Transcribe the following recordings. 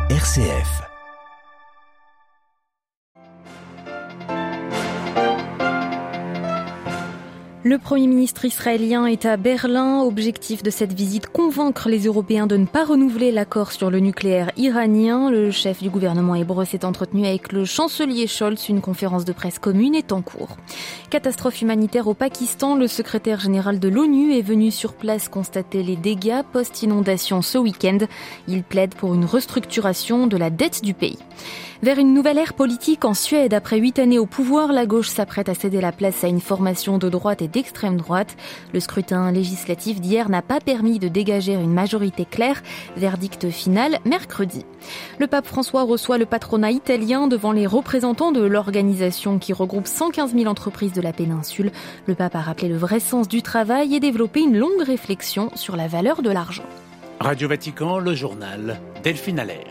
RCF. Le Premier ministre israélien est à Berlin. Objectif de cette visite, convaincre les Européens de ne pas renouveler l'accord sur le nucléaire iranien. Le chef du gouvernement hébreu s'est entretenu avec le chancelier Scholz. Une conférence de presse commune est en cours. Catastrophe humanitaire au Pakistan. Le secrétaire général de l'ONU est venu sur place constater les dégâts post-inondation ce week-end. Il plaide pour une restructuration de la dette du pays. Vers une nouvelle ère politique en Suède, après 8 années au pouvoir, la gauche s'apprête à céder la place à une formation de droite et d'extrême droite. Le scrutin législatif d'hier n'a pas permis de dégager une majorité claire. Verdict final mercredi. Le pape François reçoit le patronat italien devant les représentants de l'organisation qui regroupe 115 000 entreprises de la péninsule. Le pape a rappelé le vrai sens du travail et développé une longue réflexion sur la valeur de l'argent. Radio Vatican, le journal, Delphine Allaire.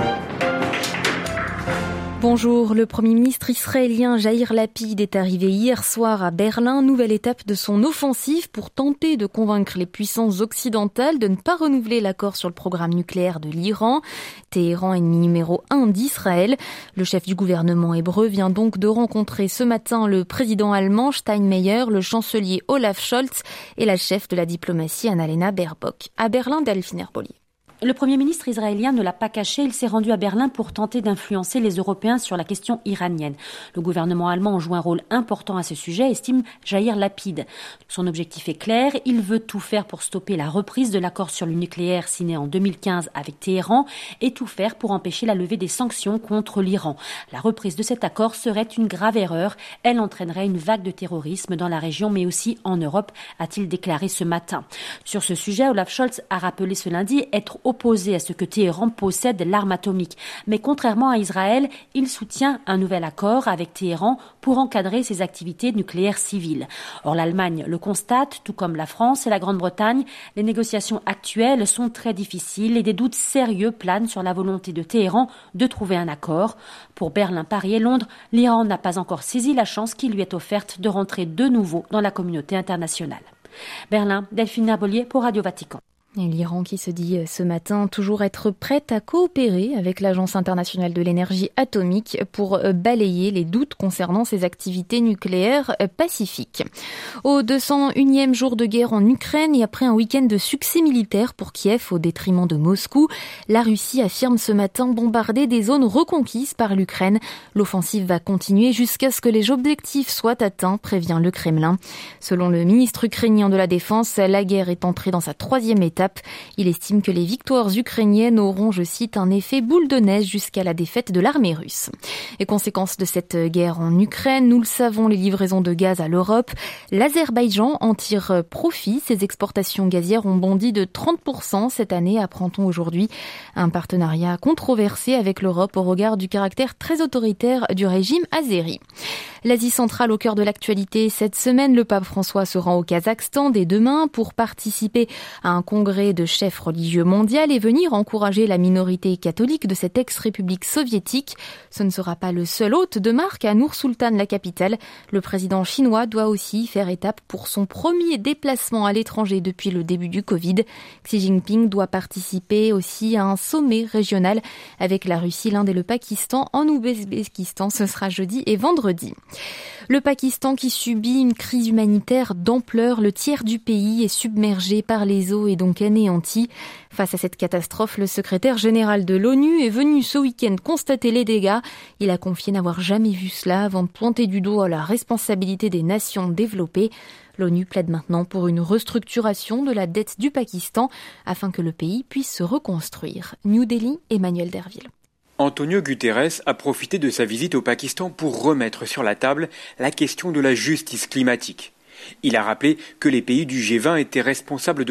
Bonjour, le Premier ministre israélien Yair Lapid est arrivé hier soir à Berlin, nouvelle étape de son offensive pour tenter de convaincre les puissances occidentales de ne pas renouveler l'accord sur le programme nucléaire de l'Iran. Téhéran, ennemi numéro 1 d'Israël. Le chef du gouvernement hébreu vient donc de rencontrer ce matin le président allemand Steinmeier, le chancelier Olaf Scholz et la chef de la diplomatie Annalena Baerbock. À Berlin, Delphine Herbolier. Le Premier ministre israélien ne l'a pas caché, il s'est rendu à Berlin pour tenter d'influencer les Européens sur la question iranienne. Le gouvernement allemand joue un rôle important à ce sujet, estime Yair Lapid. Son objectif est clair, il veut tout faire pour stopper la reprise de l'accord sur le nucléaire signé en 2015 avec Téhéran et tout faire pour empêcher la levée des sanctions contre l'Iran. La reprise de cet accord serait une grave erreur, elle entraînerait une vague de terrorisme dans la région mais aussi en Europe, a-t-il déclaré ce matin. Sur ce sujet, Olaf Scholz a rappelé ce lundi être opposé à ce que Téhéran possède l'arme atomique. Mais contrairement à Israël, il soutient un nouvel accord avec Téhéran pour encadrer ses activités nucléaires civiles. Or, l'Allemagne le constate, tout comme la France et la Grande-Bretagne, les négociations actuelles sont très difficiles et des doutes sérieux planent sur la volonté de Téhéran de trouver un accord. Pour Berlin, Paris et Londres, l'Iran n'a pas encore saisi la chance qui lui est offerte de rentrer de nouveau dans la communauté internationale. Berlin, Delphine Herbolier pour Radio Vatican. Et l'Iran qui se dit ce matin toujours être prête à coopérer avec l'Agence internationale de l'énergie atomique pour balayer les doutes concernant ses activités nucléaires pacifiques. Au 201e jour de guerre en Ukraine et après un week-end de succès militaire pour Kiev au détriment de Moscou, la Russie affirme ce matin bombarder des zones reconquises par l'Ukraine. L'offensive va continuer jusqu'à ce que les objectifs soient atteints, prévient le Kremlin. Selon le ministre ukrainien de la Défense, la guerre est entrée dans sa 3e étape. Il estime que les victoires ukrainiennes auront, je cite, un effet boule de neige jusqu'à la défaite de l'armée russe. Et conséquence de cette guerre en Ukraine, nous le savons, les livraisons de gaz à l'Europe. L'Azerbaïdjan en tire profit. Ses exportations gazières ont bondi de 30% cette année, apprend-on aujourd'hui. Un partenariat controversé avec l'Europe au regard du caractère très autoritaire du régime azéri. L'Asie centrale au cœur de l'actualité. Cette semaine, le pape François se rend au Kazakhstan dès demain pour participer à un congrès de chefs religieux mondial et venir encourager la minorité catholique de cette ex-république soviétique. Ce ne sera pas le seul hôte de marque à Nur-Sultan, la capitale. Le président chinois doit aussi faire étape pour son premier déplacement à l'étranger depuis le début du Covid. Xi Jinping doit participer aussi à un sommet régional avec la Russie, l'Inde et le Pakistan en Ouzbékistan. Ce sera jeudi et vendredi. Le Pakistan qui subit une crise humanitaire d'ampleur, le tiers du pays est submergé par les eaux et donc anéanti. Face à cette catastrophe, le secrétaire général de l'ONU est venu ce week-end constater les dégâts. Il a confié n'avoir jamais vu cela avant de pointer du doigt la responsabilité des nations développées. L'ONU plaide maintenant pour une restructuration de la dette du Pakistan afin que le pays puisse se reconstruire. New Delhi, Emmanuel Derville. Antonio Guterres a profité de sa visite au Pakistan pour remettre sur la table la question de la justice climatique. Il a rappelé que les pays du G20 étaient responsables de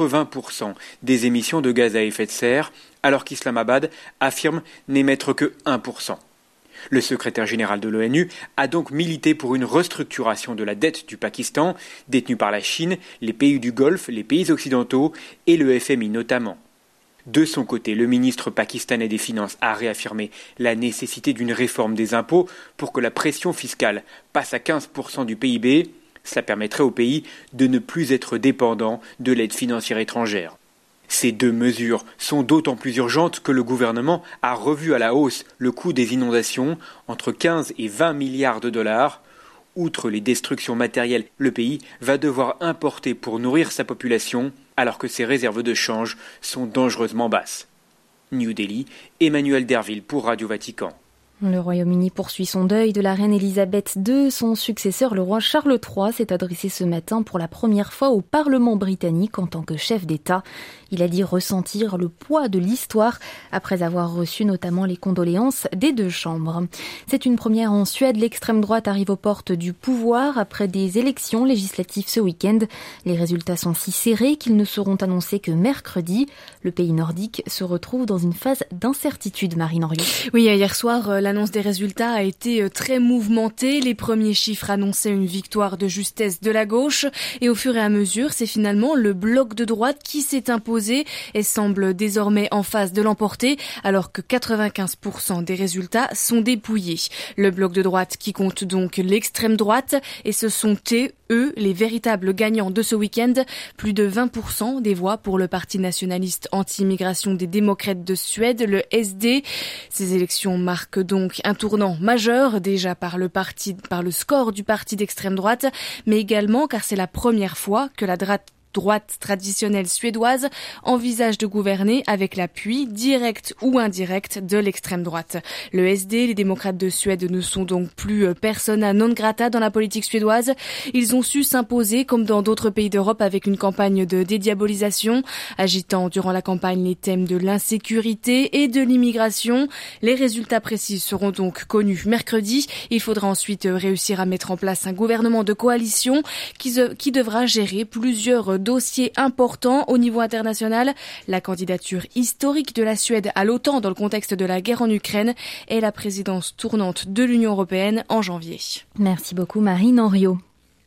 80% des émissions de gaz à effet de serre, alors qu'Islamabad affirme n'émettre que 1%. Le secrétaire général de l'ONU a donc milité pour une restructuration de la dette du Pakistan, détenue par la Chine, les pays du Golfe, les pays occidentaux et le FMI notamment. De son côté, le ministre pakistanais des Finances a réaffirmé la nécessité d'une réforme des impôts pour que la pression fiscale passe à 15% du PIB. Cela permettrait au pays de ne plus être dépendant de l'aide financière étrangère. Ces deux mesures sont d'autant plus urgentes que le gouvernement a revu à la hausse le coût des inondations, entre 15 et 20 milliards de dollars. Outre les destructions matérielles, le pays va devoir importer pour nourrir sa population, alors que ses réserves de change sont dangereusement basses. New Delhi, Emmanuel Derville pour Radio Vatican. Le Royaume-Uni poursuit son deuil de la reine Elisabeth II. Son successeur, le roi Charles III, s'est adressé ce matin pour la première fois au Parlement britannique en tant que chef d'État. Il a dit ressentir le poids de l'histoire après avoir reçu notamment les condoléances des deux chambres. C'est une première en Suède. L'extrême droite arrive aux portes du pouvoir après des élections législatives ce week-end. Les résultats sont si serrés qu'ils ne seront annoncés que mercredi. Le pays nordique se retrouve dans une phase d'incertitude, Marine Henriot. Oui, hier soir, l'annonce des résultats a été très mouvementée. Les premiers chiffres annonçaient une victoire de justesse de la gauche. Et au fur et à mesure, c'est finalement le bloc de droite qui s'est imposé et semble désormais en phase de l'emporter, alors que 95% des résultats sont dépouillés. Le bloc de droite qui compte donc l'extrême droite, et ce sont eux, les véritables gagnants de ce week-end. Plus de 20% des voix pour le parti nationaliste anti-immigration des démocrates de Suède, le SD. Ces élections marquent donc un tournant majeur, déjà par le score du parti d'extrême droite, mais également car c'est la première fois que la droite traditionnelle suédoise envisage de gouverner avec l'appui direct ou indirect de l'extrême droite. Le SD, les démocrates de Suède, ne sont donc plus persona non grata dans la politique suédoise. Ils ont su s'imposer comme dans d'autres pays d'Europe avec une campagne de dédiabolisation, agitant durant la campagne les thèmes de l'insécurité et de l'immigration. Les résultats précis seront donc connus mercredi. Il faudra ensuite réussir à mettre en place un gouvernement de coalition qui devra gérer plusieurs dossier important au niveau international. La candidature historique de la Suède à l'OTAN dans le contexte de la guerre en Ukraine et la présidence tournante de l'Union européenne en janvier. Merci beaucoup Marine Henriot.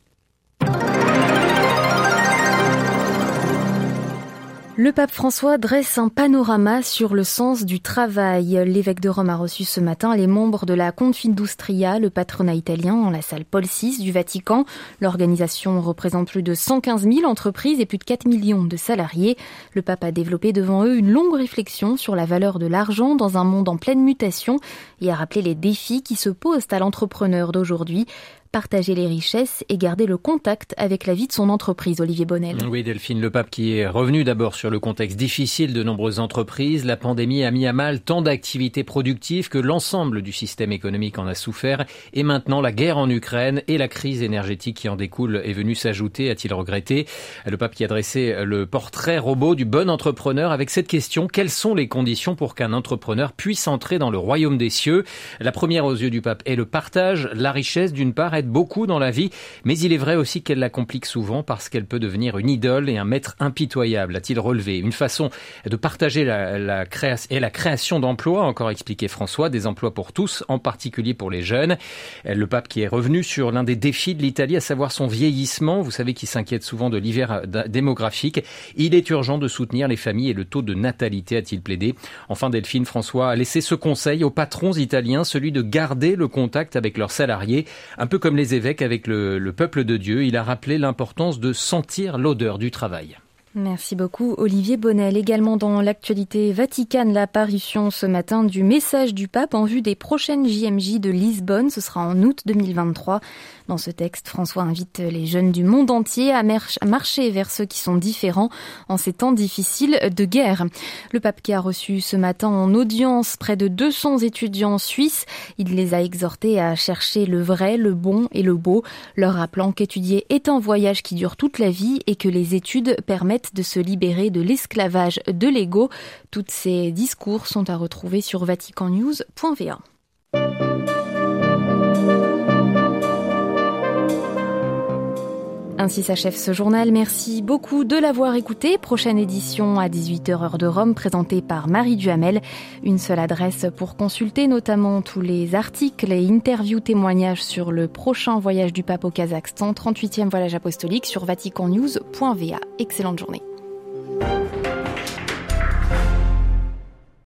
Le pape François dresse un panorama sur le sens du travail. L'évêque de Rome a reçu ce matin les membres de la Confindustria, le patronat italien, en la salle Paul VI du Vatican. L'organisation représente plus de 115 000 entreprises et plus de 4 millions de salariés. Le pape a développé devant eux une longue réflexion sur la valeur de l'argent dans un monde en pleine mutation et a rappelé les défis qui se posent à l'entrepreneur d'aujourd'hui. Partager les richesses et garder le contact avec la vie de son entreprise, Olivier Bonnel. Oui, Delphine, le pape qui est revenu d'abord sur le contexte difficile de nombreuses entreprises. La pandémie a mis à mal tant d'activités productives que l'ensemble du système économique en a souffert. Et maintenant, la guerre en Ukraine et la crise énergétique qui en découle est venue s'ajouter, a-t-il regretté. Le pape qui a dressé le portrait robot du bon entrepreneur avec cette question: quelles sont les conditions pour qu'un entrepreneur puisse entrer dans le royaume des cieux? La première aux yeux du pape est le partage. La richesse, d'une part, aide beaucoup dans la vie, mais il est vrai aussi qu'elle la complique souvent parce qu'elle peut devenir une idole et un maître impitoyable, a-t-il relevé. Une façon de partager la création d'emplois, encore expliqué François, des emplois pour tous, en particulier pour les jeunes. Le pape qui est revenu sur l'un des défis de l'Italie, à savoir son vieillissement, vous savez qu'il s'inquiète souvent de l'hiver démographique. Il est urgent de soutenir les familles et le taux de natalité, a-t-il plaidé. Enfin, Delphine, François a laissé ce conseil aux patrons italiens, celui de garder le contact avec leurs salariés, un peu comme les évêques avec le peuple de Dieu. Il a rappelé l'importance de sentir l'odeur du travail. Merci beaucoup Olivier Bonnel. Également dans l'actualité vaticane, la parution ce matin du message du pape en vue des prochaines JMJ de Lisbonne. Ce sera en août 2023. Dans ce texte, François invite les jeunes du monde entier à marcher vers ceux qui sont différents en ces temps difficiles de guerre. Le pape qui a reçu ce matin en audience près de 200 étudiants suisses, il les a exhortés à chercher le vrai, le bon et le beau, leur rappelant qu'étudier est un voyage qui dure toute la vie et que les études permettent de se libérer de l'esclavage de l'ego. Tous ces discours sont à retrouver sur vaticannews.va. Ainsi s'achève ce journal. Merci beaucoup de l'avoir écouté. Prochaine édition à 18h heure de Rome, présentée par Marie Duhamel. Une seule adresse pour consulter notamment tous les articles et interviews témoignages sur le prochain voyage du pape au Kazakhstan, 38e voyage apostolique sur vaticannews.va. Excellente journée.